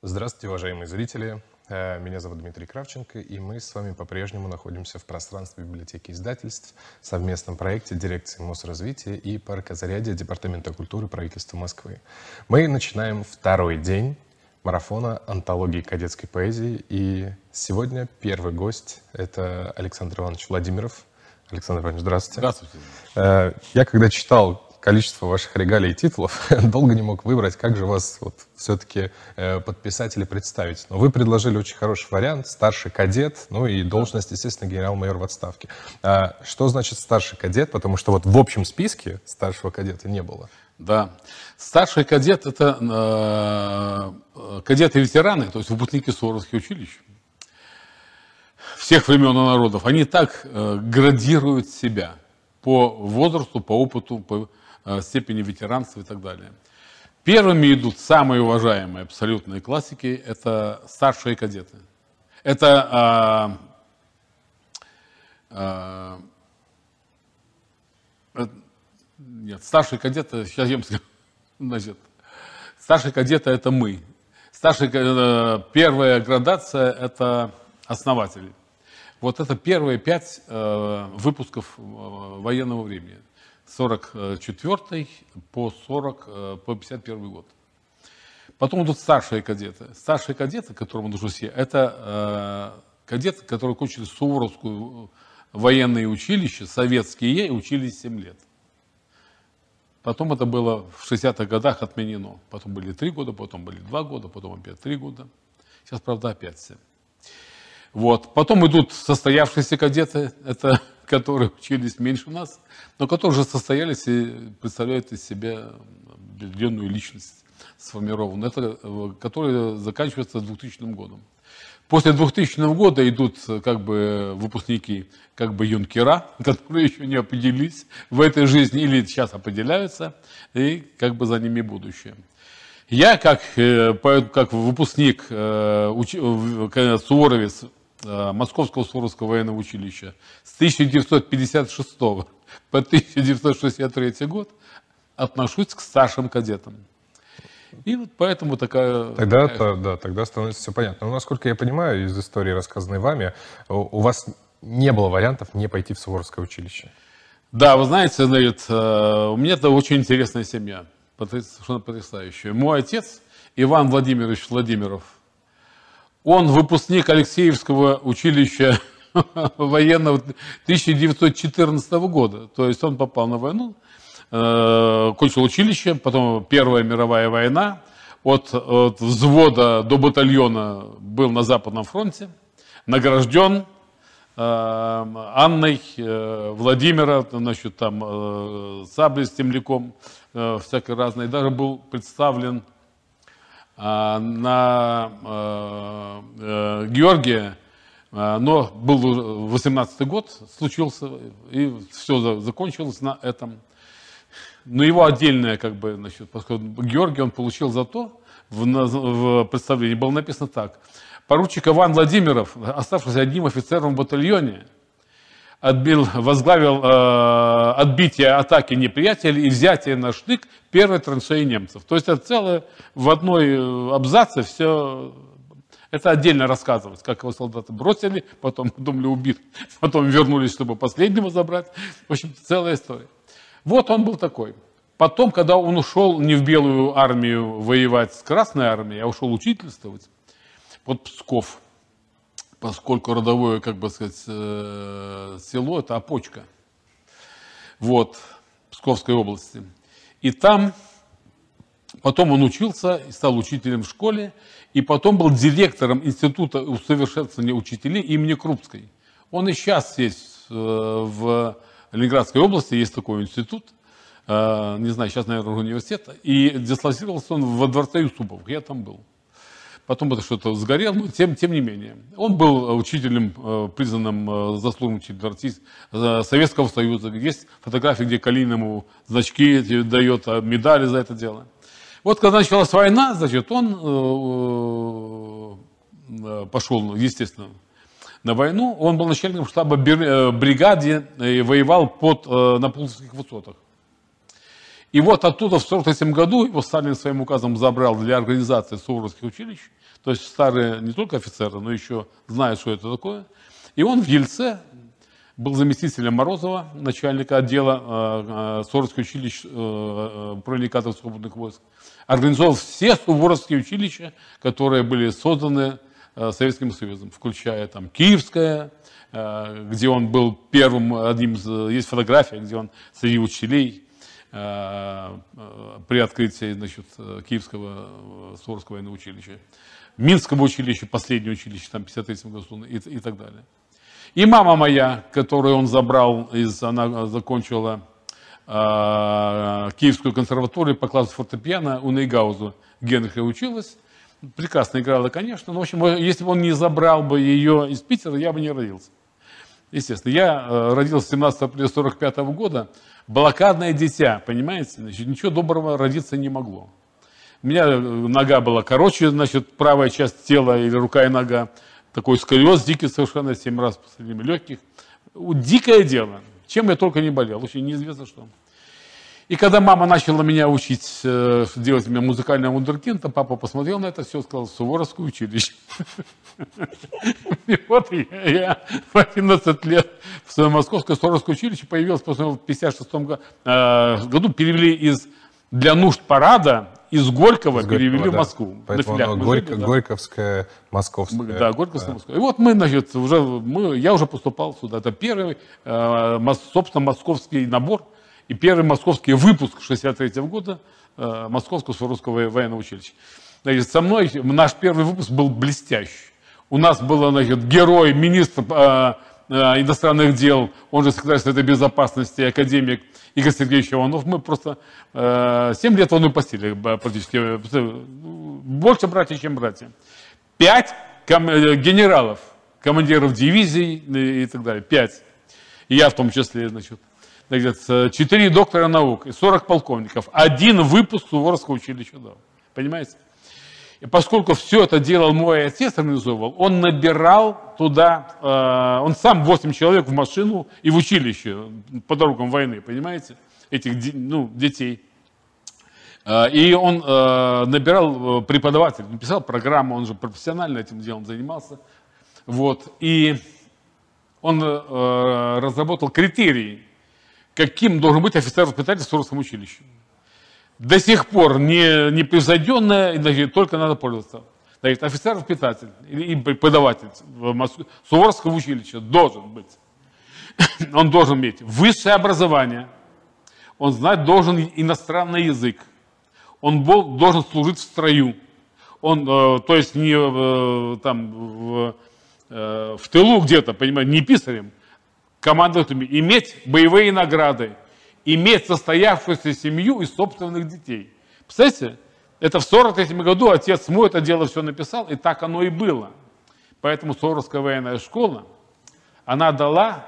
Здравствуйте, уважаемые зрители. Меня зовут Дмитрий Кравченко, и мы с вами по-прежнему находимся в пространстве библиотеки издательств в совместном проекте дирекции Мосразвития и Парка Зарядье Департамента культуры правительства Москвы. Мы начинаем второй день марафона антологии кадетской поэзии, и сегодня первый гость — это Александр Иванович Владимиров. Александр Иванович, здравствуйте. Здравствуйте. Я когда читал количество ваших регалий и титулов, долго не мог выбрать, как же вас все-таки подписать или представить. Но вы предложили очень хороший вариант — старший кадет, ну и должность, естественно, генерал-майор в отставке. Что значит старший кадет? Потому что в общем списке старшего кадета не было. Да. Старший кадет — это кадеты-ветераны, то есть выпускники Суворовских училищ всех времен и народов. Они так градируют себя по возрасту, по опыту, по степени ветеранства и так далее. Первыми идут самые уважаемые абсолютные классики — это старшие кадеты. Это нет, старшие кадеты, сейчас я вам скажу, значит, старшие кадеты — это мы. Первая градация — это основатели. Вот это первые 5 выпусков военного времени. 44 по 51 год. Потом идут старшие кадеты. Старшие кадеты, которым нужны все, это кадеты, которые кончили Суворовскую военное училище, советские, и учились 7 лет. Потом это было в 60-х годах отменено. Потом были 3 года, потом были 2 года, потом опять 3 года. Сейчас, правда, опять 7. Вот. Потом идут состоявшиеся кадеты, это которые учились меньше нас, но которые уже состоялись и представляют из себя определенную личность сформированную, это, которые заканчиваются 2000 годом. После 2000 года идут выпускники, юнкера, которые еще не определились в этой жизни или сейчас определяются, и за ними будущее. Я, как выпускник, суворовец Московского Суворовского военного училища с 1956 по 1963 год, отношусь к старшим кадетам. И вот поэтому такая... Тогда становится все понятно. Но, насколько я понимаю, из истории, рассказанной вами, у вас не было вариантов не пойти в Суворовское училище. Да, вы знаете, у меня это очень интересная семья, совершенно потрясающая. Мой отец, Иван Владимирович Владимиров, он выпускник Алексеевского училища военного 1914 года. То есть он попал на войну, кончил училище, потом Первая мировая война. От взвода до батальона был на Западном фронте, награжден Анной Владимира, саблей с темляком, всякой разной. Даже был представлен на Георгия, но был 18-й год, случился, и все закончилось на этом. Но его отдельное, поскольку Георгий он получил за то, в представлении было написано так: поручик Иван Владимиров, оставшийся одним офицером в батальоне, возглавил отбитие атаки неприятеля и взятие на штык первой траншеи немцев. То есть это целое в одной абзаце все. Это отдельно рассказывалось, как его солдаты бросили, потом думали убит, потом вернулись, чтобы последнего забрать. В общем, целая история. Вот он был такой. Потом, когда он ушел не в Белую армию воевать с Красной армией, а ушел учительствовать, Псков, поскольку родовое, село, это Опочка, Псковской области. И там, потом он учился и стал учителем в школе, и потом был директором Института усовершенствования учителей имени Крупской. Он и сейчас есть в Ленинградской области, есть такой институт, не знаю, сейчас, наверное, университет, и дислоцировался он во дворце Юсуповых, я там был. Потом это что-то сгорело, но тем не менее. Он был учителем, признанным заслуженным учителем Советского Союза. Есть фотографии, где Калинин ему значки дает, медали за это дело. Вот когда началась война, он пошел, естественно, на войну. Он был начальником штаба бригады и воевал на Пулковских высотах. И вот оттуда в 1943 году его Сталин своим указом забрал для организации суворовских училищ. То есть старые не только офицеры, но еще знают, что это такое. И он в Ельце был заместителем Морозова, начальника отдела Суворовских училищ управления кадров свободных войск. Организовал все суворовские училища, которые были созданы Советским Союзом, включая там Киевское, где он был первым, одним из, есть фотография, где он среди учителей при открытии, значит, Киевского Суворовского военного училища, Минского училища, последнее училище, там, в 1953 году и так далее. И мама моя, которую он забрал, она закончила Киевскую консерваторию по классу фортепиано, у Нейгауза Генриха училась. Прекрасно играла, конечно, но, в общем, если бы он не забрал бы ее из Питера, я бы не родился. Естественно, я родился 17 апреля 1945 года, блокадное дитя, понимаете, значит, ничего доброго родиться не могло. У меня нога была короче, значит, правая часть тела или рука и нога, такой сколиоз дикий совершенно, 7 раз по среднему легких. Дикое дело, чем я только не болел, очень неизвестно что. И когда мама начала меня учить, делать меня музыкальным вундеркиндом, папа посмотрел на это все, сказал: Суворовское училище. И вот я в 11 лет в своем московское Суворовское училище появилось, в 1956 году перевели для нужд парада из Горького перевели в Москву. Поэтому Горьковская, Московская. Да, Горьковская, Московская. И вот мы, значит, я уже поступал сюда. Это первый, собственно, московский набор и первый московский выпуск 1963 года Московского Суворовского военного училища. Значит, со мной наш первый выпуск был блестящий. У нас был, значит, герой, министр иностранных дел, он же секретарь Совета Безопасности, академик Игорь Сергеевич Иванов. Мы просто 7 лет в одной постели практически. Больше братьев, чем братья. 5 генералов, командиров дивизий и так далее. 5. И я в том числе, значит. 4 доктора наук и 40 полковников. 1 выпуск Суворовского училища дал. Понимаете? И поскольку все это делал мой отец, организовывал, он набирал туда, он сам 8 человек в машину и в училище по дорогам войны, понимаете, этих детей. И он набирал преподавателей, написал программу, он же профессионально этим делом занимался. Вот. И он разработал критерии, каким должен быть офицер-воспитатель в Суворовском училище. До сих пор непревзойденное, значит, только надо пользоваться. Значит, офицер-воспитатель и преподаватель Суворовского училища должен быть. Он должен иметь высшее образование, он знать должен иностранный язык, он должен служить в строю, он, то есть не в тылу где-то, понимаете, не писарем, командовать, иметь боевые награды, иметь состоявшуюся семью и собственных детей. Представляете, это в 1943 году отец мой это дело все написал, и так оно и было. Поэтому Суворовская военная школа, она дала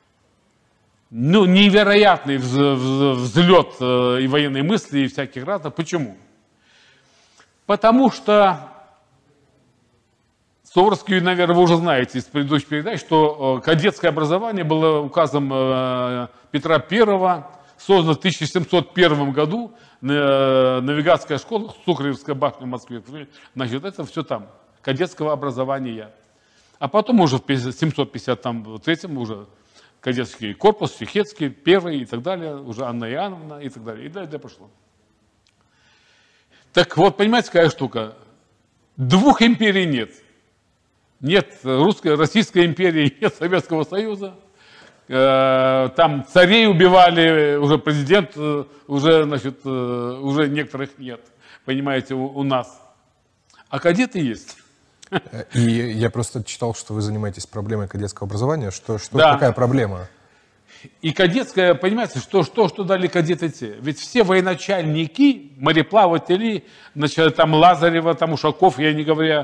невероятный взлет и военной мысли, и всяких разных. Почему? Потому что Суворовский, наверное, вы уже знаете из предыдущих передач, что кадетское образование было указом Петра I создано в 1701 году, навигатская школа, Сухаревская башня в Москве. Значит, это все там, кадетского образования. А потом уже в 753 уже кадетский корпус, Чехетский, первый и так далее, уже Анна Иоанновна и так далее. И далее пошло. Так вот, понимаете, какая штука? 2 империй нет. Нет Российской империи, нет Советского Союза. Там царей убивали, уже президент, уже, значит, уже некоторых нет, понимаете, у нас. А кадеты есть. И я просто читал, что вы занимаетесь проблемой кадетского образования. Что да. Какая проблема? И кадетское, понимаете, что дали кадеты те? Ведь все военачальники, мореплаватели, значит, там Лазарева, там Ушаков, я не говоря,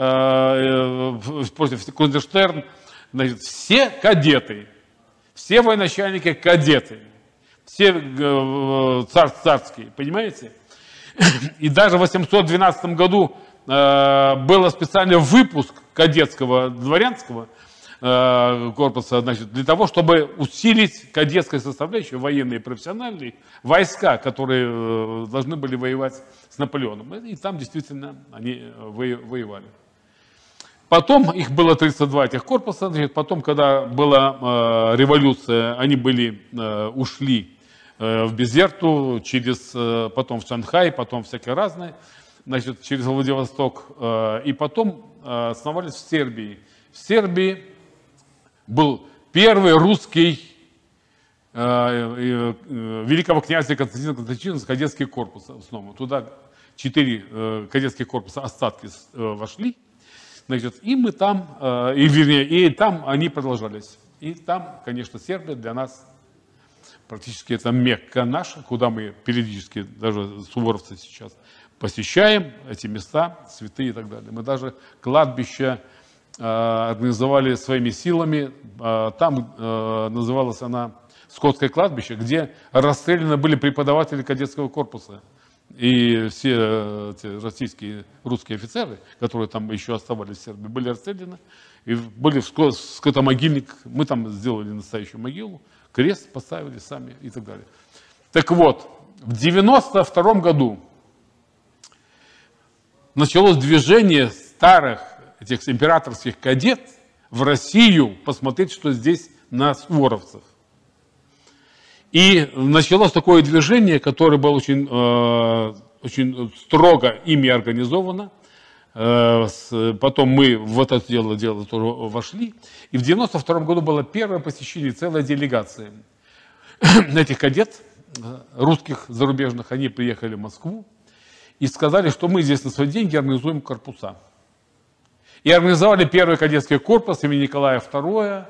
Кундерштерн, значит, все кадеты. Все военачальники кадеты, все царские, понимаете? И даже в 812 году был специальный выпуск кадетского, дворянского, корпуса, значит, для того, чтобы усилить кадетское составляющее, военные и профессиональные войска, которые должны были воевать с Наполеоном. И там действительно они воевали. Потом их было 32 этих корпуса. Значит, потом, когда была революция, они ушли в Безерту, потом в Шанхай, потом всякие разные, значит, через Владивосток. И потом основались в Сербии. В Сербии был первый русский великого князя Константина Константиновича кадетский корпус. Туда 4 кадетских корпуса остатки вошли. Значит, и мы там, и там они продолжались. И там, конечно, Сербия для нас практически это Мекка наша, куда мы периодически, даже суворовцы сейчас, посещаем эти места, святые и так далее. Мы даже кладбище организовали своими силами. Там называлась она Скотское кладбище, где расстреляны были преподаватели кадетского корпуса. И все эти российские, русские офицеры, которые там еще оставались в Сербии, были расстреляны. И были в скотомогильник. Мы там сделали настоящую могилу, крест поставили сами и так далее. Так вот, в 1992 году началось движение старых этих императорских кадет в Россию посмотреть, что здесь на суворовцах. И началось такое движение, которое было очень строго ими организовано. Потом мы в это дело тоже вошли. И в 1992 году было первое посещение целой делегации этих кадет, русских, зарубежных. Они приехали в Москву и сказали, что мы здесь на свои деньги организуем корпуса. И организовали первый кадетский корпус имени Николая II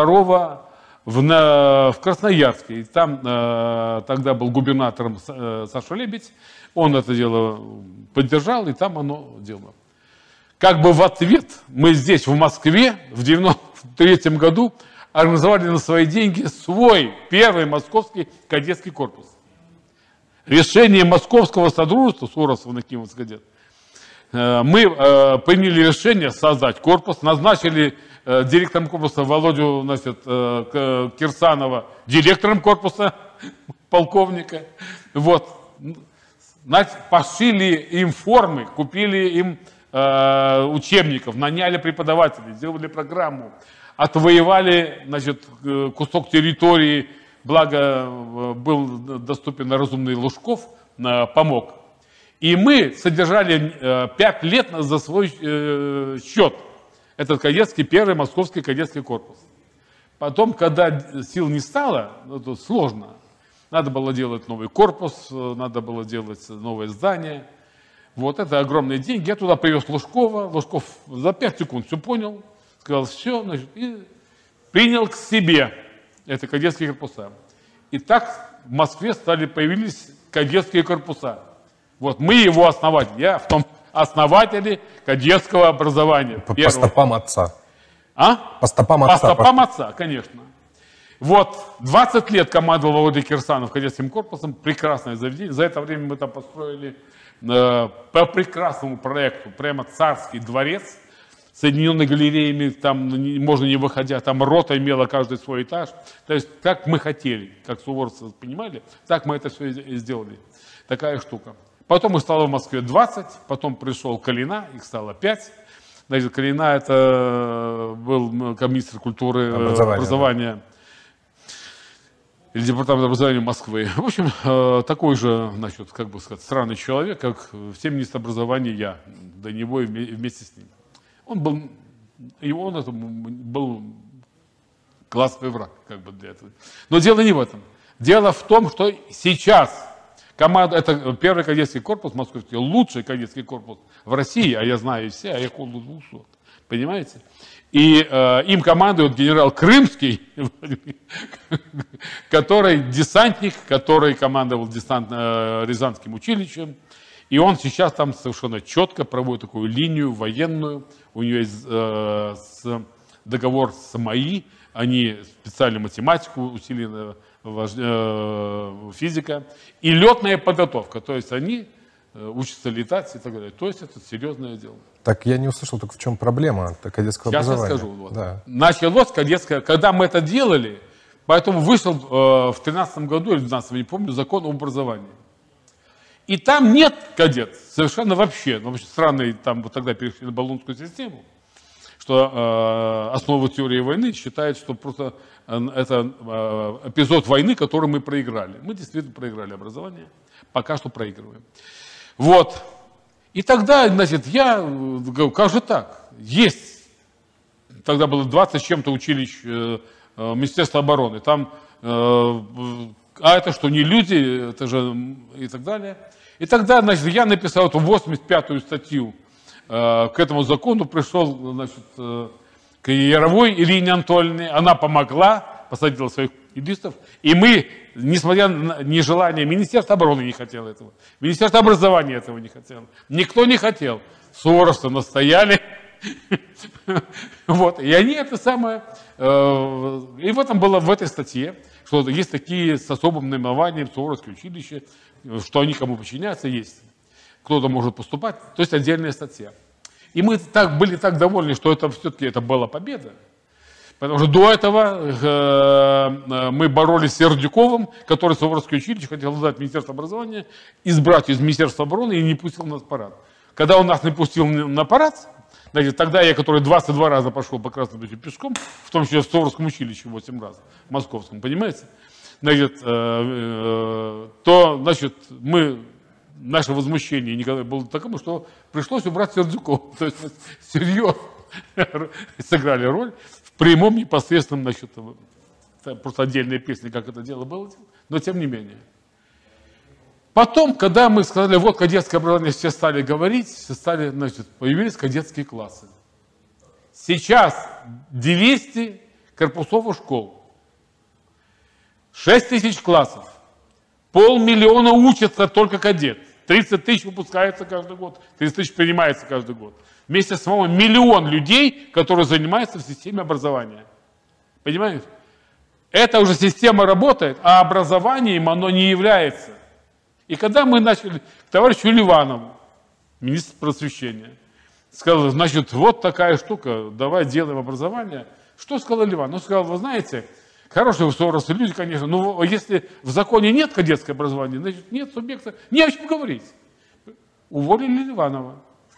в Красноярске. И там тогда был губернатором Саша Лебедь. Он это дело поддержал, и там оно дело. Как бы в ответ мы здесь, в Москве, в 1993 году организовали на свои деньги свой первый московский кадетский корпус. Решение Московского содружества, Суворовцев, Накимовцев, кадет, мы приняли решение создать корпус, назначили директором корпуса Володю, значит, Кирсанова, директором корпуса, полковника. Вот. Пошили им формы, купили им учебников, наняли преподавателей, сделали программу, отвоевали, значит, кусок территории, благо был доступен разумный Лужков, помог. И мы содержали 5 лет за свой счет этот кадетский, первый московский кадетский корпус. Потом, когда сил не стало, это сложно. Надо было делать новый корпус, надо было делать новое здание. Вот это огромные деньги. Я туда привез Лужкова. Лужков за 5 секунд все понял. Сказал, все, значит, и принял к себе это кадетские корпуса. И так в Москве появились кадетские корпуса. Вот мы его основатели. Я в том основатели кадетского образования. По стопам отца. А? По стопам отца. По стопам отца, конечно. Вот, 20 лет командовал Володя Кирсанов кадетским корпусом. Прекрасное заведение. За это время мы там построили по прекрасному проекту прямо царский дворец, соединенный галереями, там можно не выходя, там рота имела каждый свой этаж. То есть, как мы хотели, как суворовцы понимали, так мы это все и сделали. Такая штука. Потом их стало в Москве 20, потом пришел Калина, их стало 5. Значит, Калина это был министр культуры, образования. Или департамент образования Москвы. В общем, такой же, значит, как бы сказать, странный человек, как все министры образования я, до него и вместе с ним. Он был классовый враг, как бы для этого. Но дело не в этом. Дело в том, что сейчас команда, это первый кадетский корпус московский, лучший кадетский корпус в России, а я знаю все, а я холодно, понимаете? И им командует генерал Крымский, который десантник, который командовал Рязанским училищем. И он сейчас там совершенно четко проводит такую линию военную. У него есть договор с МАИ, они специальную математику, усиленную физика и летная подготовка. То есть они учатся летать и так далее. То есть это серьезное дело. Так я не услышал только в чем проблема кадетского Сейчас образования. я скажу. Вот. Да. Началось кадетское, когда мы это делали, поэтому вышел в 2013 году или в 2012, не помню, закон об образовании. И там нет кадет, совершенно вообще. Ну, страны там вот тогда перешли на баллонскую систему, что основа теории войны считает, что просто это эпизод войны, который мы проиграли. Мы действительно проиграли образование, пока что проигрываем. Вот. И тогда, значит, я говорю, как же так? Есть. Тогда было 20 с чем-то училищ Министерства обороны. Там, а это что, не люди? Это же и так далее. И тогда, значит, я написал эту 85-ю статью к этому закону, пришел, значит, к Яровой Ирине Анатольевне, она помогла, посадила своих юристов, и мы, несмотря на нежелание, Министерство обороны не хотело этого, Министерство образования этого не хотело, никто не хотел, суворовцы настояли, вот, и они это самое, и в этом было, в этой статье, что есть такие с особым наименованием суворовские училища, что они кому подчиняются, есть. Кто-то может поступать, то есть отдельная статья. И мы были так довольны, что это все-таки это была победа. Потому что до этого мы боролись с Сердюковым, который Суворовское училище хотел дать Министерство образования, избрать из Министерства обороны и не пустил нас в парад. Когда он нас не пустил на парад, значит, тогда я, который 22 раза пошел по Красному пешком, в том числе в Суворовском училище 8 раз, в Московском, понимаете? Значит, то, значит, наше возмущение никогда было таково, что пришлось убрать Сердюкова. То есть мы серьезно сыграли роль в прямом непосредственном, значит, просто отдельная песня, как это дело было, но тем не менее. Потом, когда мы сказали, вот кадетское образование, все стали говорить, значит, появились кадетские классы. Сейчас 200 корпусов и школ. 6 тысяч классов, 500 000 учатся только кадет, 30 тысяч выпускается каждый год, 30 тысяч принимается каждый год. Вместе с вами 1 миллион людей, которые занимаются в системе образования. Понимаете? Это уже система работает, а образованием оно не является. И когда мы начали, к товарищу Ливанову, министр просвещения, сказал, значит, вот такая штука, давай делаем образование. Что сказал Ливанов? Он сказал, вы знаете, хорошие суворовцы люди, конечно, но если в законе нет кадетского образования, значит, нет субъекта, не о чем говорить. Уволили Ливанова.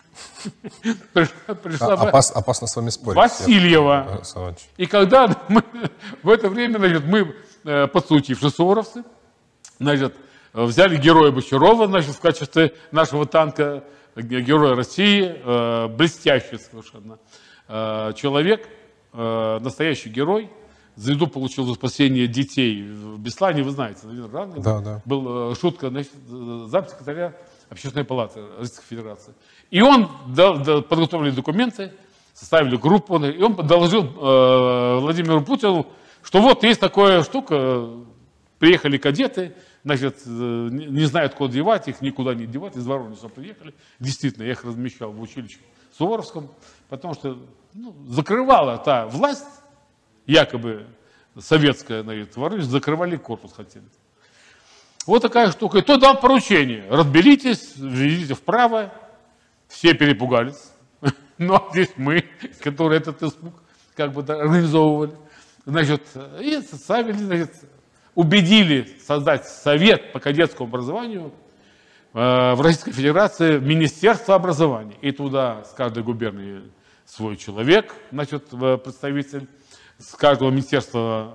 Опасно с вами спорить. Васильева. И когда мы, в это время, значит, мы, подсуетившие суворовцы, значит, взяли героя Бочарова, значит, в качестве нашего танка, героя России, блестящий совершенно человек, настоящий герой. Звезду получил за спасение детей в Беслане, вы знаете, наверное, да. Была шутка, значит, замсекретаря Общественной палаты Российской Федерации. И он подготовили документы, составили группу, и он доложил Владимиру Путину, что вот есть такая штука, приехали кадеты, значит, не знают, куда девать, их никуда не девать, из Воронежа приехали. Действительно, я их размещал в училище Суворовском, потому что закрывала та власть, якобы советская, значит, Воронеж, закрывали корпус, хотели. Вот такая штука. И тот дал поручение. Разберитесь, ведите вправо. Все перепугались. Ну, а здесь мы, которые этот испуг как бы организовывали. Значит, и составили, значит, убедили создать совет по кадетскому образованию в Российской Федерации Министерство образования. И туда с каждой губернии свой человек, значит, представитель. С каждого министерства,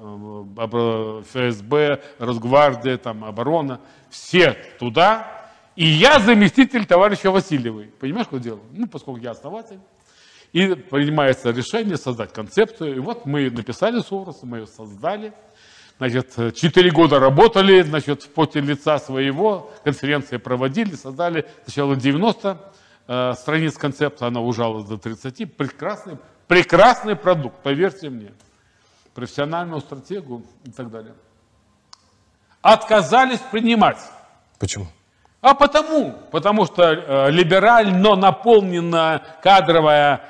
ФСБ, Росгвардия, там, оборона, все туда. И я заместитель товарища Васильевой. Понимаешь, что дело? Ну, поскольку я основатель. И принимается решение создать концепцию. И вот мы написали Суворовцу, мы ее создали. Значит, 4 года работали, значит, в поте лица своего, конференции проводили, создали сначала 90 страниц концепции, она ужалась до 30. Прекрасный продукт, поверьте мне. Профессиональную стратегию и так далее. Отказались принимать. Почему? А потому что либерально наполнена кадровая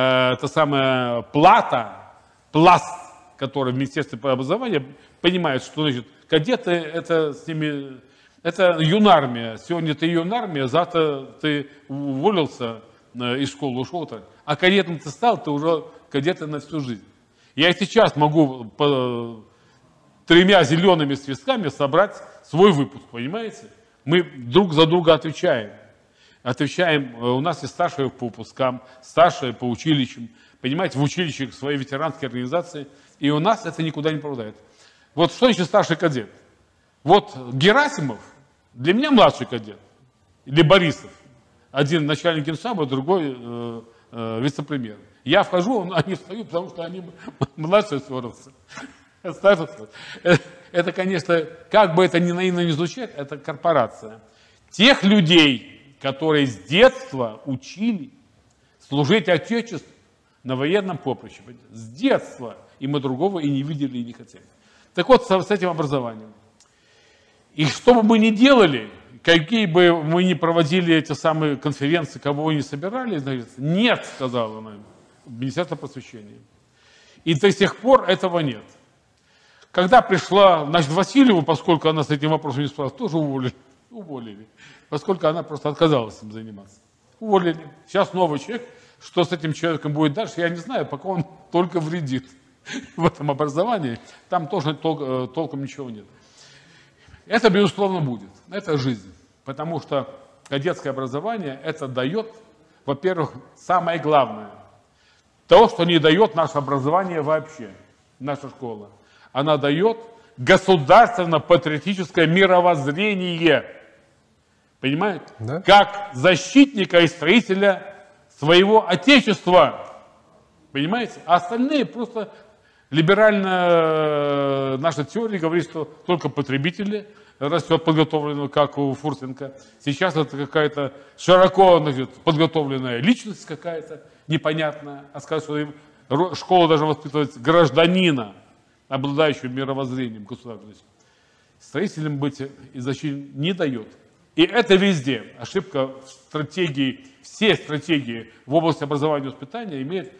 пласт, который в Министерстве образования понимает, что, значит, кадеты, это с ними Это юнармия. Сегодня ты юнармия, завтра ты уволился из школы, ушел. А кадетом ты стал, ты уже кадет на всю жизнь. Я и сейчас могу по 3 зелеными свистками собрать свой выпуск, понимаете? Мы друг за друга отвечаем. У нас есть старшие по выпускам, старшие по училищам. Понимаете, в училищах свои ветеранские организации. И у нас это никуда не пропадает. Вот что еще старший кадет? Вот Герасимов для меня младший кадет. Или Борисов. Один начальник генштаба, другой вице-премьер. Я вхожу, они встают, потому что они младшие ссорятся. Это, конечно, как бы это ни наивно не звучит, это корпорация. Тех людей, которые с детства учили служить Отечеству на военном поприще. С детства. И мы другого и не видели, и не хотели. Так вот, с этим образованием. И что бы мы ни делали, какие бы мы ни проводили эти самые конференции, кого вы ни собирали, значит, нет, сказала нам Министерство просвещения. И до сих пор этого нет. Когда пришла, значит, Васильева, поскольку она с этим вопросом не справилась, тоже уволили. Поскольку она просто отказалась им заниматься. Уволили. Сейчас новый человек. Что с этим человеком будет дальше, я не знаю, пока он только вредит в этом образовании. Там тоже толком ничего нет. Это, безусловно, будет. Это жизнь. Потому что кадетское образование, это дает, во-первых, самое главное. То, что не дает наше образование вообще, наша школа. Она дает государственно-патриотическое мировоззрение. Понимаете? Да? Как защитника и строителя своего отечества. Понимаете? А остальные просто либеральная наша теория говорит, что только потребители растет подготовленного, как у Фурсенко. Сейчас это какая-то широко, значит, подготовленная личность какая-то непонятная. А сказать, что школа должна воспитывать гражданина, обладающего мировоззрением государственным. Строителем быть и защитником не дает. И это везде. Ошибка в стратегии, все стратегии в области образования и воспитания имеют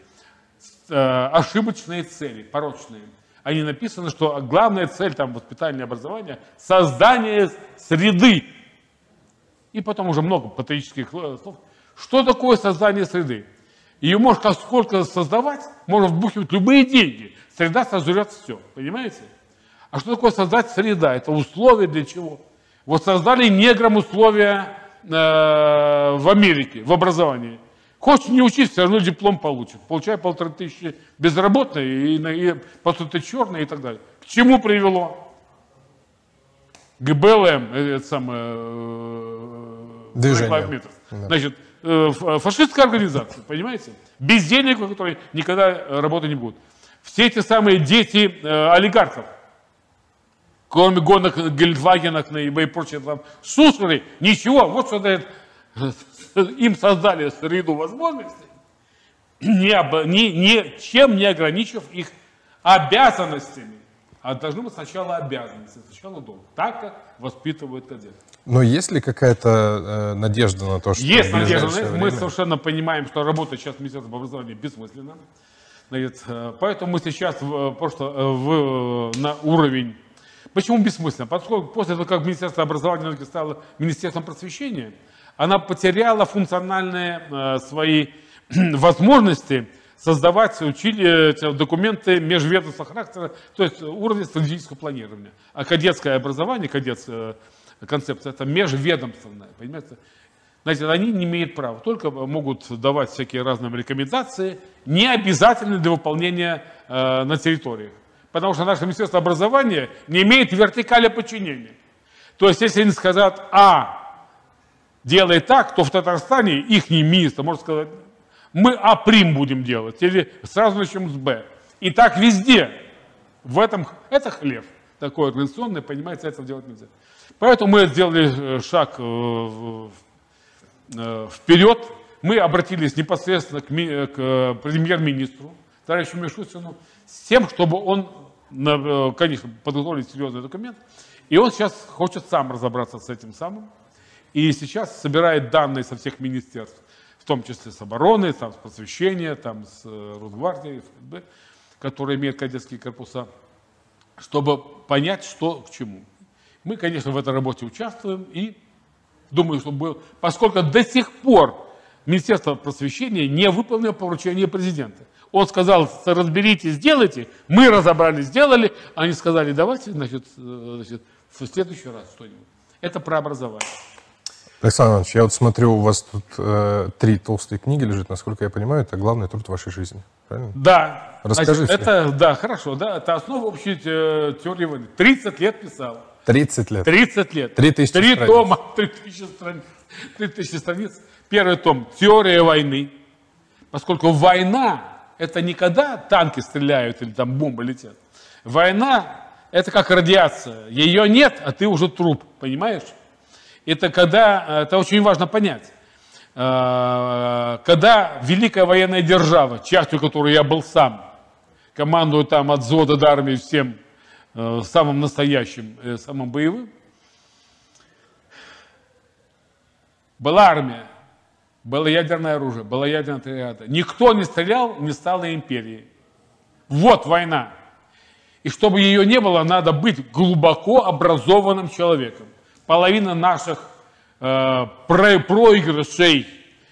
ошибочные цели, порочные. Они написаны, что главная цель там воспитания и образования – создание среды. И потом уже много патриотических слов. Что такое создание среды? Ее можно сколько создавать, можно вбухивать любые деньги. Среда сожрет все, понимаете? А что такое создать среда? Это условия для чего? Вот создали неграм условия в Америке, в образовании. Хочешь не учись, все равно диплом получишь. Получай 1500 безработные, и по сути черные и так далее. К чему привело? К БЛМ, это самое... Движение. Значит, фашистская организация, понимаете? Без денег, у которой никогда работы не будет. Все эти самые дети олигархов, кроме гонок Гельдвагенах и прочее, там, Сусары, ничего, вот что дает, им создали среду возможностей, ничем не ограничив их обязанностями. А должны быть сначала обязанности, сначала долг. Так как воспитывают кадеты. Но есть ли какая-то надежда на то, что есть в надежда. ближайшее Мы время... совершенно понимаем, что работа сейчас в Министерстве образования бессмысленна. Поэтому мы сейчас просто на уровень... Почему бессмысленно? Поскольку после того, как Министерство образования стало Министерством просвещения, она потеряла функциональные свои возможности создавать документы межведомственного характера, то есть уровень стратегического планирования. А кадетское образование, кадетская концепция, это межведомственное, понимаете? Знаете, они не имеют права, только могут давать всякие разные рекомендации, не обязательны для выполнения на территориях. Потому что наше Министерство образования не имеет вертикали подчинения. То есть, если они скажут А, делай так, то в Татарстане их министр может сказать, мы А' будем делать, или сразу начнем с Б. И так везде. В этом это хлеб такой организационный, понимаете, этого делать нельзя. Поэтому мы сделали шаг вперед. Мы обратились непосредственно к премьер-министру, товарищу Мишустину, с тем, чтобы он, конечно, подготовил серьезный документ. И он сейчас хочет сам разобраться с этим самым. И сейчас собирает данные со всех министерств, в том числе с обороны, там, с просвещения, там, с Росгвардией, ФСБ, которые имеют кадетские корпуса, чтобы понять, что к чему. Мы, конечно, в этой работе участвуем и думаю, что был, поскольку до сих пор Министерство просвещения не выполнило поручение президента. Он сказал, разберитесь, сделайте. Мы разобрались, сделали. Они сказали, давайте, значит, в следующий раз что-нибудь. Это про образование. Александр Иванович, я вот смотрю, у вас тут 3 толстые книги лежит, насколько я понимаю, это главный труд вашей жизни, правильно? Да. Расскажите. Значит, это, да, хорошо, да, это основа общей теории войны. 30 лет писал. 30 лет? 30 лет. 3000 3 страниц. тома, 3000 страниц. 3000 страниц. Первый том – теория войны. Поскольку война – это не когда танки стреляют или там бомбы летят. Война – это как радиация. Ее нет, а ты уже труп, понимаешь? Это когда, это очень важно понять, когда великая военная держава, частью которой я был сам, командую там от взвода до армии всем, самым настоящим, самым боевым, была армия, было ядерное оружие, была ядерная бригада. Никто не стрелял, не стало империи. Вот война. И чтобы ее не было, надо быть глубоко образованным человеком. Половина наших проигрышей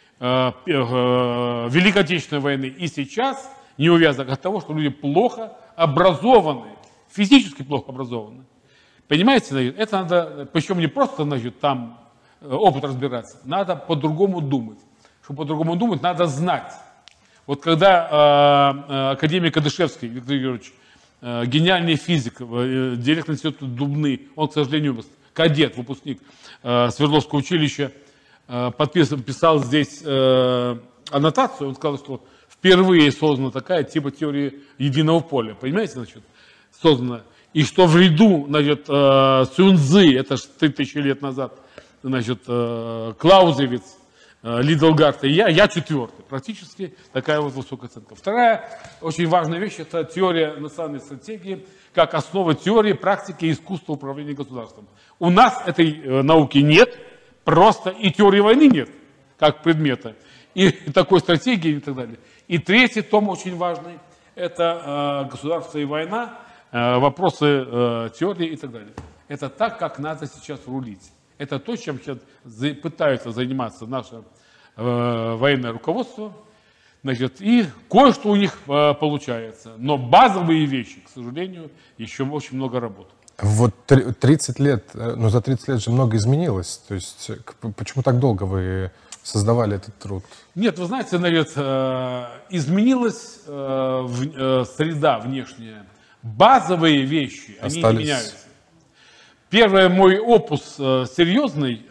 Великой Отечественной войны и сейчас не увязано от того, что люди плохо образованы, физически плохо образованы. Понимаете, это надо, причем не просто, значит, там опыт разбираться, надо по-другому думать. Чтобы по-другому думать, надо знать. Вот когда академик Кадышевский Виктор Юрьевич, гениальный физик, директор института Дубны, он, к сожалению, кадет, выпускник Свердловского училища, писал здесь аннотацию, он сказал, что впервые создана такая типа теории единого поля, понимаете, значит, создана, и что в ряду, значит, Сюньцзы, это же 3000 лет назад, значит, Клаузевиц, Лидлгард и я четвертый, практически такая вот высокая оценка. Вторая очень важная вещь, это теория национальной стратегии, как основа теории, практики и искусства управления государством. У нас этой науки нет, просто и теории войны нет, как предмета, и такой стратегии и так далее. И третий том очень важный, это государство и война, вопросы теории и так далее. Это так, как надо сейчас рулить. Это то, чем сейчас пытаются заниматься наше военное руководство. Значит, и кое-что у них получается. Но базовые вещи, к сожалению, еще очень много работы. Вот 30 лет, но за 30 лет же много изменилось. То есть почему так долго вы создавали этот труд? Нет, вы знаете, значит, изменилась среда внешняя. Базовые вещи, они не меняются. Первый мой опус серьезный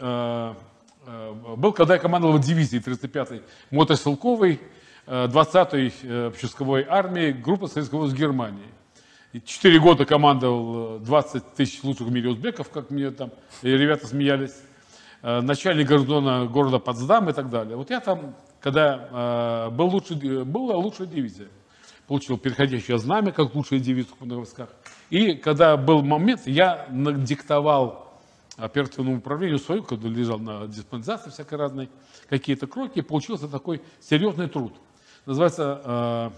был, когда я командовал дивизией 305-й мотострелковой 20-й общевойсковой армии группы Советского Союза Германии. 4 года командовал 20 тысяч лучших в мире узбеков, как мне там ребята смеялись. Начальник гарнизона города Потсдам и так далее. Вот я там, когда была лучшая дивизия. Получил переходящее знамя, как лучшая дивизия в войсках. И когда был момент, я диктовал оперативному управлению свою, когда лежал на диспансации всякой разной, какие-то кроки, получился такой серьезный труд. Называется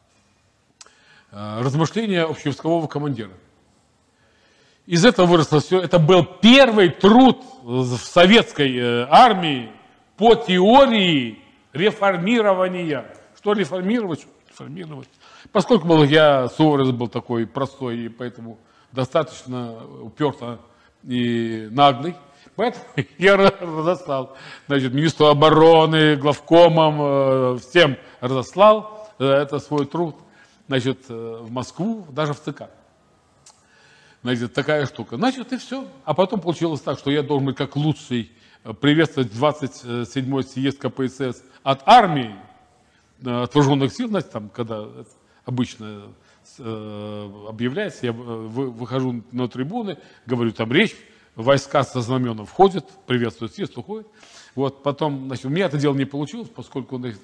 «Размышления общевойскового командира». Из этого выросло все. Это был первый труд в советской армии по теории реформирования. Что реформировать? Реформировать. Поскольку я Суворов был такой простой, и поэтому достаточно уперто и наглый, поэтому я разослал, значит, министру обороны, главкомам, всем разослал это свой труд, значит, в Москву, даже в ЦК. Значит, такая штука. Значит, и все. А потом получилось так, что я должен быть как лучший приветствовать 27-й съезд КПСС от армии, от вооруженных сил, значит, там, когда обычно объявляется, я выхожу на трибуны, говорю там речь, войска со знаменом входят, приветствуют съезд, уходят. Вот, потом, значит, у меня это дело не получилось, поскольку, значит,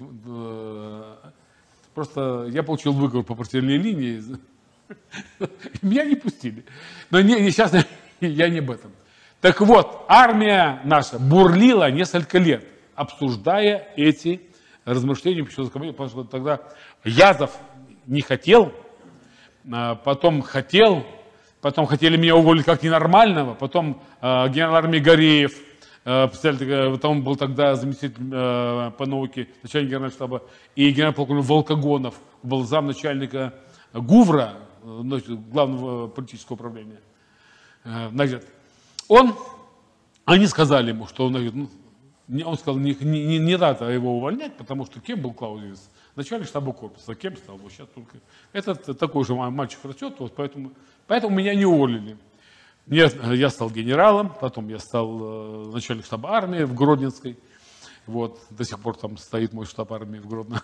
просто я получил выговор по партийной линии, меня не пустили. Но сейчас я не об этом. Так вот, армия наша бурлила несколько лет, обсуждая эти размышления, потому что тогда Язов не хотел, потом хотел, Потом хотели меня уволить как ненормального. Потом генерал армии Гореев, он был тогда заместитель по науке, начальник генерального штаба, и генерал-полковник Волкогонов был замначальника ГУВРа, главного политического управления. Значит, они сказали ему, что он сказал, не надо его увольнять, потому что кем был Клаузевиц? Начальник штаба корпуса. Кем стал? Вот сейчас только. Этот такой же мальчик растет, вот поэтому меня не уволили. Я стал генералом, потом я стал начальник штаба армии в Гродненской. Вот, до сих пор там стоит мой штаб армии в Гродно.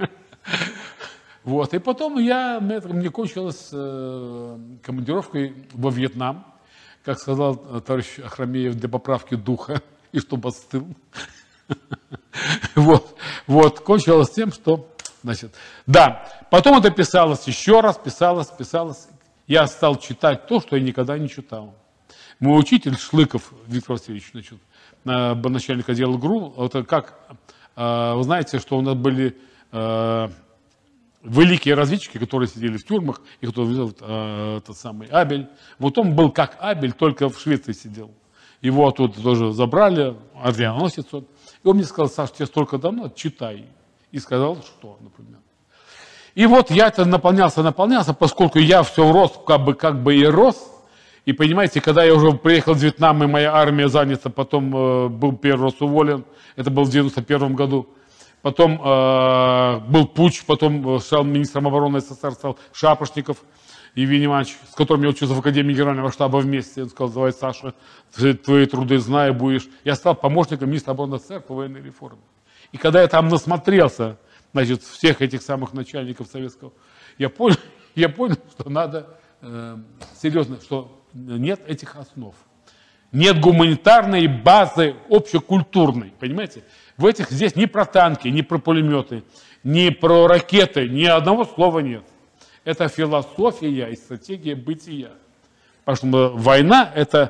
Вот, и потом мне кончилась командировкой во Вьетнам, как сказал товарищ Ахрамеев, для поправки духа, и чтобы остыл. Вот, кончилось тем, что, значит, да, потом это писалось еще раз, писалось. Я стал читать то, что я никогда не читал. Мой учитель Шлыков Виктор Васильевич, значит, начальник отдела ГРУ, это как, вы знаете, что у нас были великие разведчики, которые сидели в тюрьмах, и кто тот самый Абель. Вот он был как Абель, только в Швеции сидел. Его оттуда тоже забрали, орденоносец он. И он мне сказал: Саш, тебе столько давно, читай. И сказал, что, например. И вот я это наполнялся, поскольку я все рос, как бы и рос. И понимаете, когда я уже приехал в Вьетнам, и моя армия занята, потом был первый раз уволен, это был в 91 году. Потом был путч, потом стал министром обороны СССР, стал Шапошников Евгений Иванович, с которым я учился в Академии Генерального штаба вместе. Он сказал: давай, Саша, твои труды знаю, будешь. Я стал помощником министра обороны СССР по военной реформе. И когда я там насмотрелся, значит, всех этих самых начальников советского, я понял, что надо серьезно, что нет этих основ. Нет гуманитарной базы общекультурной, понимаете? Здесь ни про танки, ни про пулеметы, ни про ракеты, ни одного слова нет. Это философия и стратегия бытия. Потому что война — это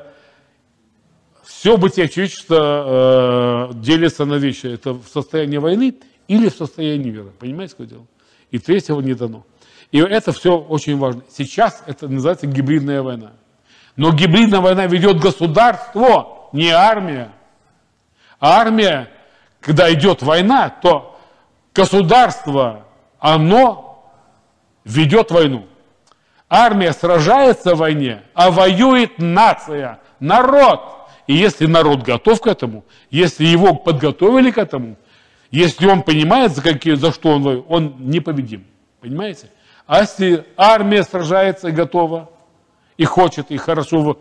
все бытие человечества делится на вещи. Это в состоянии войны или в состоянии мира. Понимаете, что дело? И третьего не дано. И это все очень важно. Сейчас это называется гибридная война. Но гибридная война ведет государство, не армия. А армия, когда идет война, то государство, оно ведет войну. Армия сражается в войне, а воюет нация, народ. И если народ готов к этому, если его подготовили к этому, если он понимает, за что он воюет, он непобедим. Понимаете? А если армия сражается и готова, и хочет, и хорошо,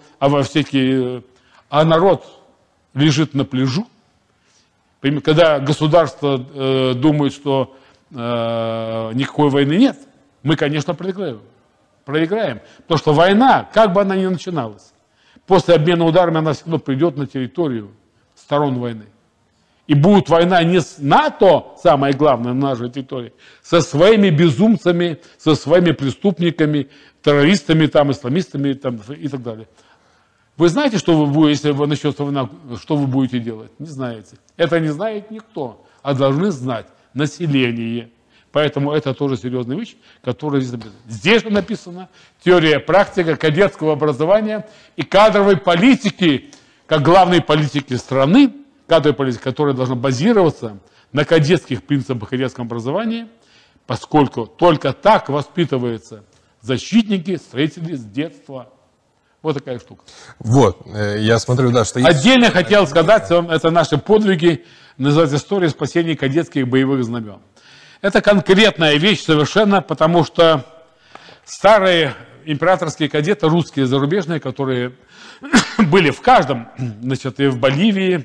а народ лежит на пляжу, когда государство думает, что никакой войны нет, мы, конечно, проиграем. Потому что война, как бы она ни начиналась, после обмена ударами она все равно придет на территорию сторон войны. И будет война не с НАТО, самое главное, на нашей территории, со своими безумцами, со своими преступниками, террористами, там, исламистами там, и так далее. Вы знаете, что вы будете, если начнется война, что вы будете делать? Не знаете. Это не знает никто, а должны знать население. Поэтому это тоже серьезная вещь, которая здесь написана. Здесь же написано теория, практика кадетского образования и кадровой политики, как главной политики страны, кадровой политики, которая должна базироваться на кадетских принципах кадетского образования, поскольку только так воспитываются защитники, строители с детства. Вот такая штука. Вот, я смотрю, да, что есть... Отдельно хотел сказать, это наши подвиги, называется «История спасения кадетских боевых знамен». Это конкретная вещь совершенно, потому что старые императорские кадеты, русские, зарубежные, которые были в каждом, значит, и в Боливии,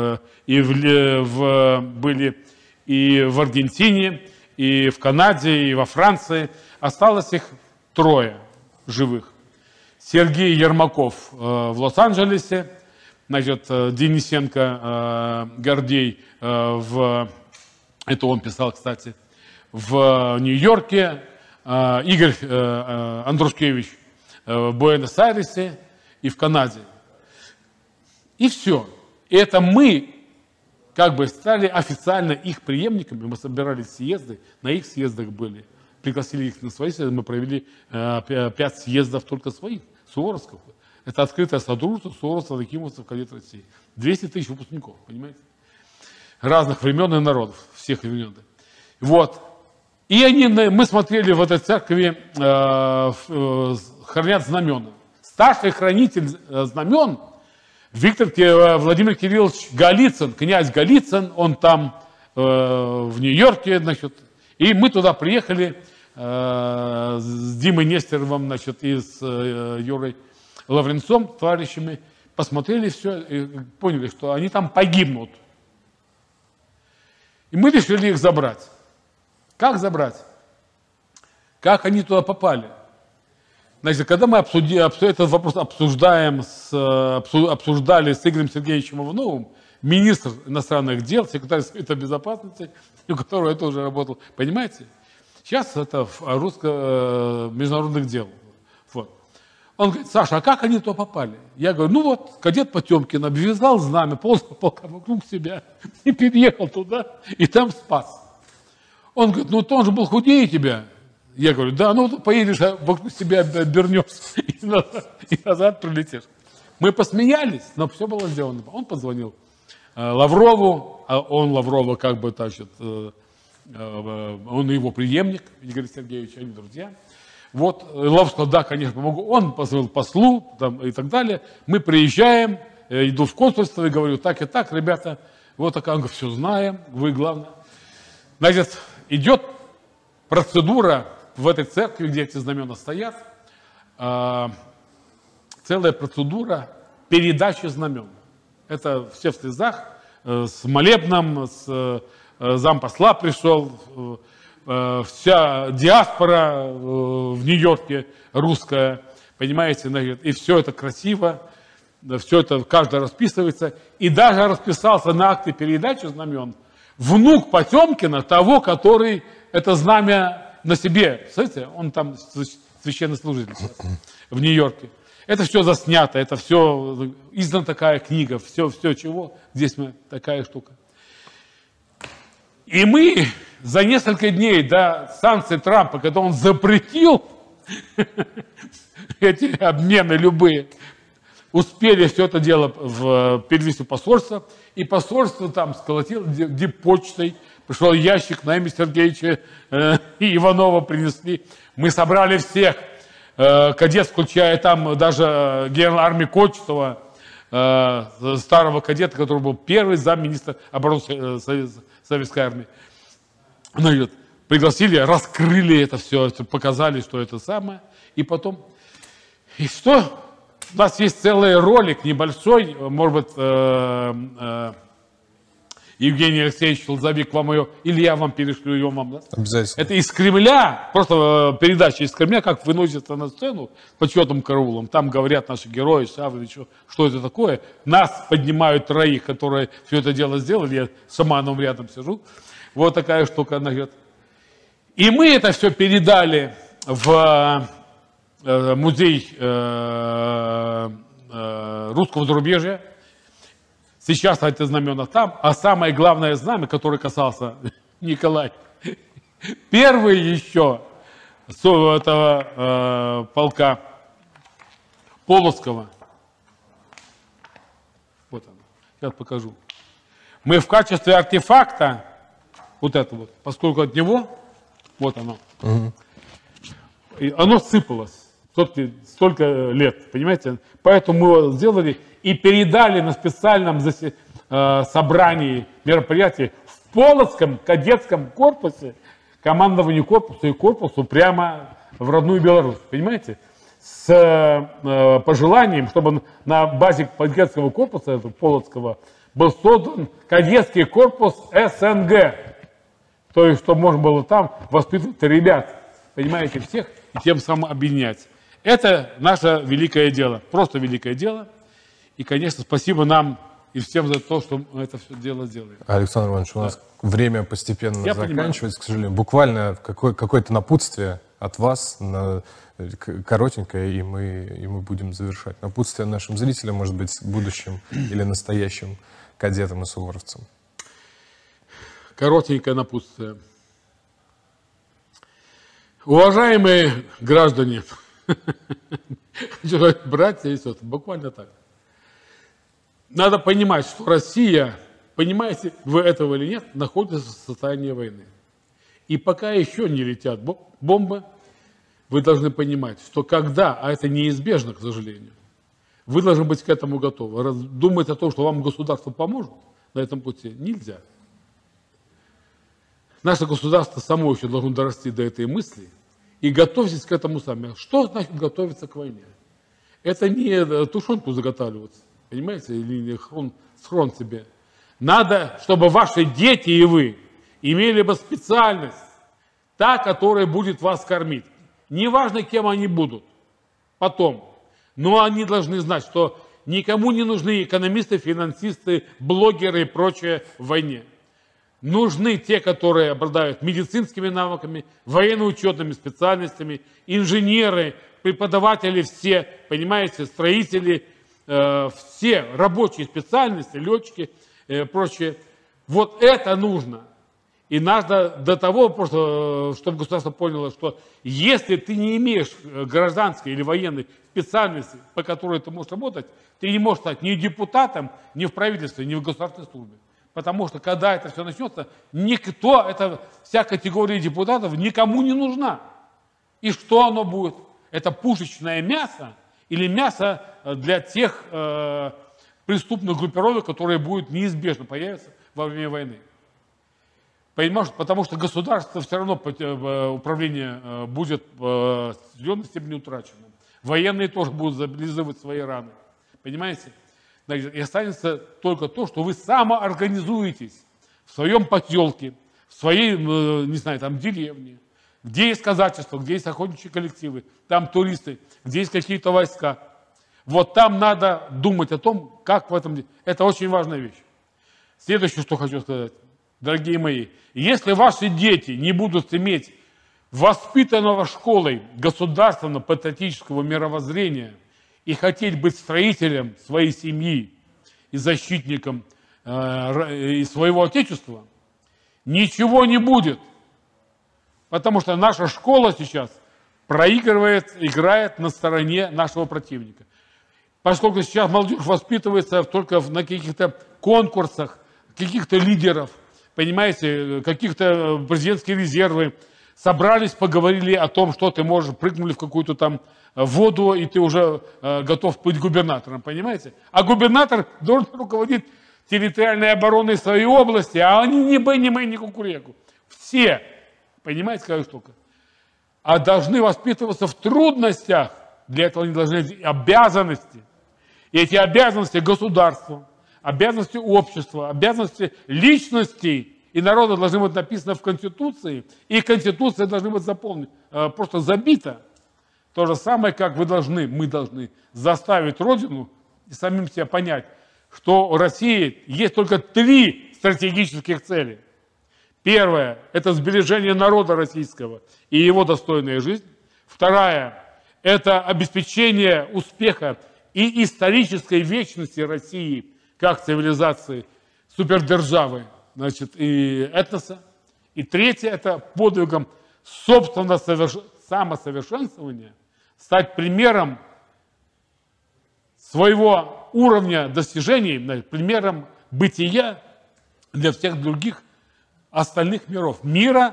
были и в Аргентине, и в Канаде, и во Франции. Осталось их 3 живых. Сергей Ермаков в Лос-Анджелесе, значит, Денисенко Гордей это он писал, кстати, в Нью-Йорке, Игорь Андрушкевич в Буэнос-Айресе и в Канаде. И все. И это мы как бы стали официально их преемниками. Мы собирали съезды, на их съездах были. Пригласили их на свои съезды, мы провели 5 съездов только своих, Суворовского. Это открытое содружество суворовцев, акимовцев, кадетов России. 200 тысяч выпускников, понимаете? Разных времен и народов, всех времен. Вот. И мы смотрели в этой церкви, хранят знамена. Старший хранитель знамен Виктор Владимир Кириллович Голицын, князь Голицын, он там в Нью-Йорке, значит, и мы туда приехали с Димой Нестеровым, значит, и с Юрой Лавренцом, товарищами, посмотрели все и поняли, что они там погибнут. И мы решили их забрать. Как забрать? Как они туда попали? Значит, когда мы этот вопрос обсуждали с Игорем Сергеевичем Ивановым, министр иностранных дел, секретарь Совета Безопасности, у которого я тоже работал, понимаете? Сейчас это международных дел. Вот. Он говорит: Саша, а как они туда попали? Я говорю: ну вот, кадет Потемкин обвязал знамя, полка вокруг себя и переехал туда, и там спас. Он говорит: ну он же был худее тебя. Я говорю: да, ну поедешь, вокруг себя обернешься и назад прилетишь. Мы посмеялись, но все было сделано. Он позвонил Лаврову, а он Лаврова как бы, значит, он его преемник, Игорь Сергеевич, они друзья. Вот, Лавров сказал: да, конечно, помогу. Он позвонил послу там, и так далее. Мы приезжаем, иду в консульство и говорю: так и так, ребята, вот такая. Он говорит: все знаем, вы главное. Значит, идет процедура в этой церкви, где эти знамена стоят, целая процедура передачи знамен. Это все в слезах, с молебном, зампосла пришел, вся диаспора в Нью-Йорке русская, понимаете, и все это красиво, все это, каждый расписывается, и даже расписался на акте передачи знамен внук Потемкина, того, который это знамя на себе, представляете, он там священнослужитель в Нью-Йорке. Это все заснято, это все, издана такая книга, все чего, здесь мы такая штука. И мы за несколько дней до санкций Трампа, когда он запретил эти обмены любые, успели все это дело перевести в посольство, и посольство там сколотило диппочтой, пришел ящик, на имя Сергеевича и Иванова принесли. Мы собрали всех, кадет, включая там даже генерала армии Кочетова, старого кадета, который был первый замминистра обороны Советской армии. Пригласили, раскрыли это все, показали, что это самое. И потом, и что? У нас есть целый ролик небольшой, может быть, Евгений Алексеевич Лозовик вам ее, или я вам перешлю ее вам. Да? Обязательно. Это из Кремля, просто передача из Кремля, как выносится на сцену по четным караулам. Там говорят наши герои, Саввы, что это такое. Нас поднимают троих, которые все это дело сделали, я с Шамановым рядом сижу. Вот такая штука, она говорит. И мы это все передали в музей русского зарубежья. Сейчас эти знамена там, а самое главное знамя, которое касался Николая, первый еще этого полка Полоцкого. Вот оно, сейчас покажу. Мы в качестве артефакта, вот это вот, поскольку от него, вот оно, и оно сыпалось столько лет, понимаете? Поэтому мы его сделали и передали на специальном собрании, мероприятии в Полоцком кадетском корпусе, командованию корпуса и корпусу прямо в родную Беларусь, понимаете? С пожеланием, чтобы на базе кадетского корпуса, Полоцкого, был создан кадетский корпус СНГ. То есть, чтобы можно было там воспитывать ребят, понимаете, всех, и тем самым объединять. Это наше великое дело, просто великое дело. И, конечно, спасибо нам и всем за то, что мы это все дело сделаем. Александр Иванович, у нас время постепенно заканчивается, к сожалению. Буквально какое-то напутствие от вас, коротенькое, и мы будем завершать. Напутствие нашим зрителям, может быть, будущим или настоящим кадетам и суворовцам. Коротенькое напутствие. Уважаемые граждане, Братья и сестры, буквально так. Надо понимать, что Россия, понимаете вы этого или нет, находится в состоянии войны. И пока еще не летят бомбы, вы должны понимать, что когда, а это неизбежно, к сожалению, вы должны быть к этому готовы. Думать о том, что вам государство поможет на этом пути, нельзя. Наше государство само еще должно дорасти до этой мысли. И готовьтесь к этому сами. Что значит готовиться к войне? Это не тушенку заготавливать, понимаете, или схрон себе. Надо, чтобы ваши дети и вы имели бы специальность, та, которая будет вас кормить. Неважно, кем они будут потом. Но они должны знать, что никому не нужны экономисты, финансисты, блогеры и прочее в войне. Нужны те, которые обладают медицинскими навыками, военно-учетными специальностями, инженеры, преподаватели все, понимаете, строители, все рабочие специальности, летчики, прочее. Вот это нужно. И надо до того, просто, чтобы государство поняло, что если ты не имеешь гражданской или военной специальности, по которой ты можешь работать, ты не можешь стать ни депутатом, ни в правительстве, ни в государственной службе. Потому что когда это все начнется, никто, вся категория депутатов никому не нужна. И что оно будет? Это пушечное мясо или мясо для тех преступных группировок, которые будут неизбежно появиться во время войны. Понимаешь, потому что государство все равно управление будет в определенной степени утрачено. Военные тоже будут зализывать свои раны. Понимаете? Значит, и останется только то, что вы самоорганизуетесь в своем поселке, в своей, не знаю, там, деревне, где есть казачество, где есть охотничьи коллективы, там туристы, где есть какие-то войска. Вот там надо думать о том, как в этом... Это очень важная вещь. Следующее, что хочу сказать. Дорогие мои, если ваши дети не будут иметь воспитанного школой государственно-патриотического мировоззрения и хотеть быть строителем своей семьи и защитником и своего отечества, ничего не будет. Потому что наша школа сейчас проигрывает, играет на стороне нашего противника. Поскольку сейчас молодежь воспитывается только на каких-то конкурсах, каких-то лидеров, понимаете, каких-то президентские резервы, собрались, поговорили о том, что ты можешь, прыгнули в какую-то там воду, и ты уже готов быть губернатором, понимаете? А губернатор должен руководить территориальной обороной своей области, а они ни бы, ни мы, ни кукуреку. Все, понимаете, какая штука? А должны воспитываться в трудностях, для этого они должны иметь обязанности. И эти обязанности государства, обязанности общества, обязанности личностей и народа должны быть написаны в Конституции, и Конституция должна быть просто забита. То же самое, как мы должны заставить Родину и самим себя понять, что у России есть только 3 стратегических цели. Первое – это сбережение народа российского и его достойная жизнь. Вторая – это обеспечение успеха и исторической вечности России как цивилизации, супердержавы, значит, и этноса. И третье – это подвигом собственного самосовершенствования стать примером своего уровня достижений, примером бытия для всех других остальных миров. Мира,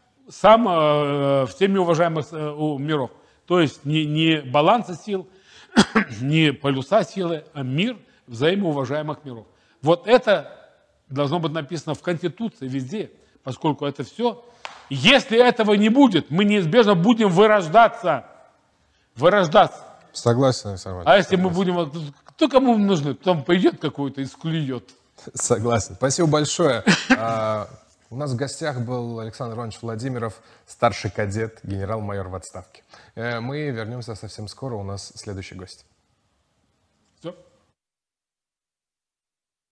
всеми уважаемых миров. То есть не баланса сил, не полюса силы, а мир взаимоуважаемых миров. Вот это должно быть написано в Конституции везде, поскольку это все. Если этого не будет, мы неизбежно будем вырождаться. Согласен, Александр. А если мы будем... Кто кому нужны? Потом пойдет какой-то и склюет. Согласен. Спасибо большое. У нас в гостях был Александр Иванович Владимиров, старший кадет, генерал-майор в отставке. Мы вернемся совсем скоро. У нас следующий гость. Все.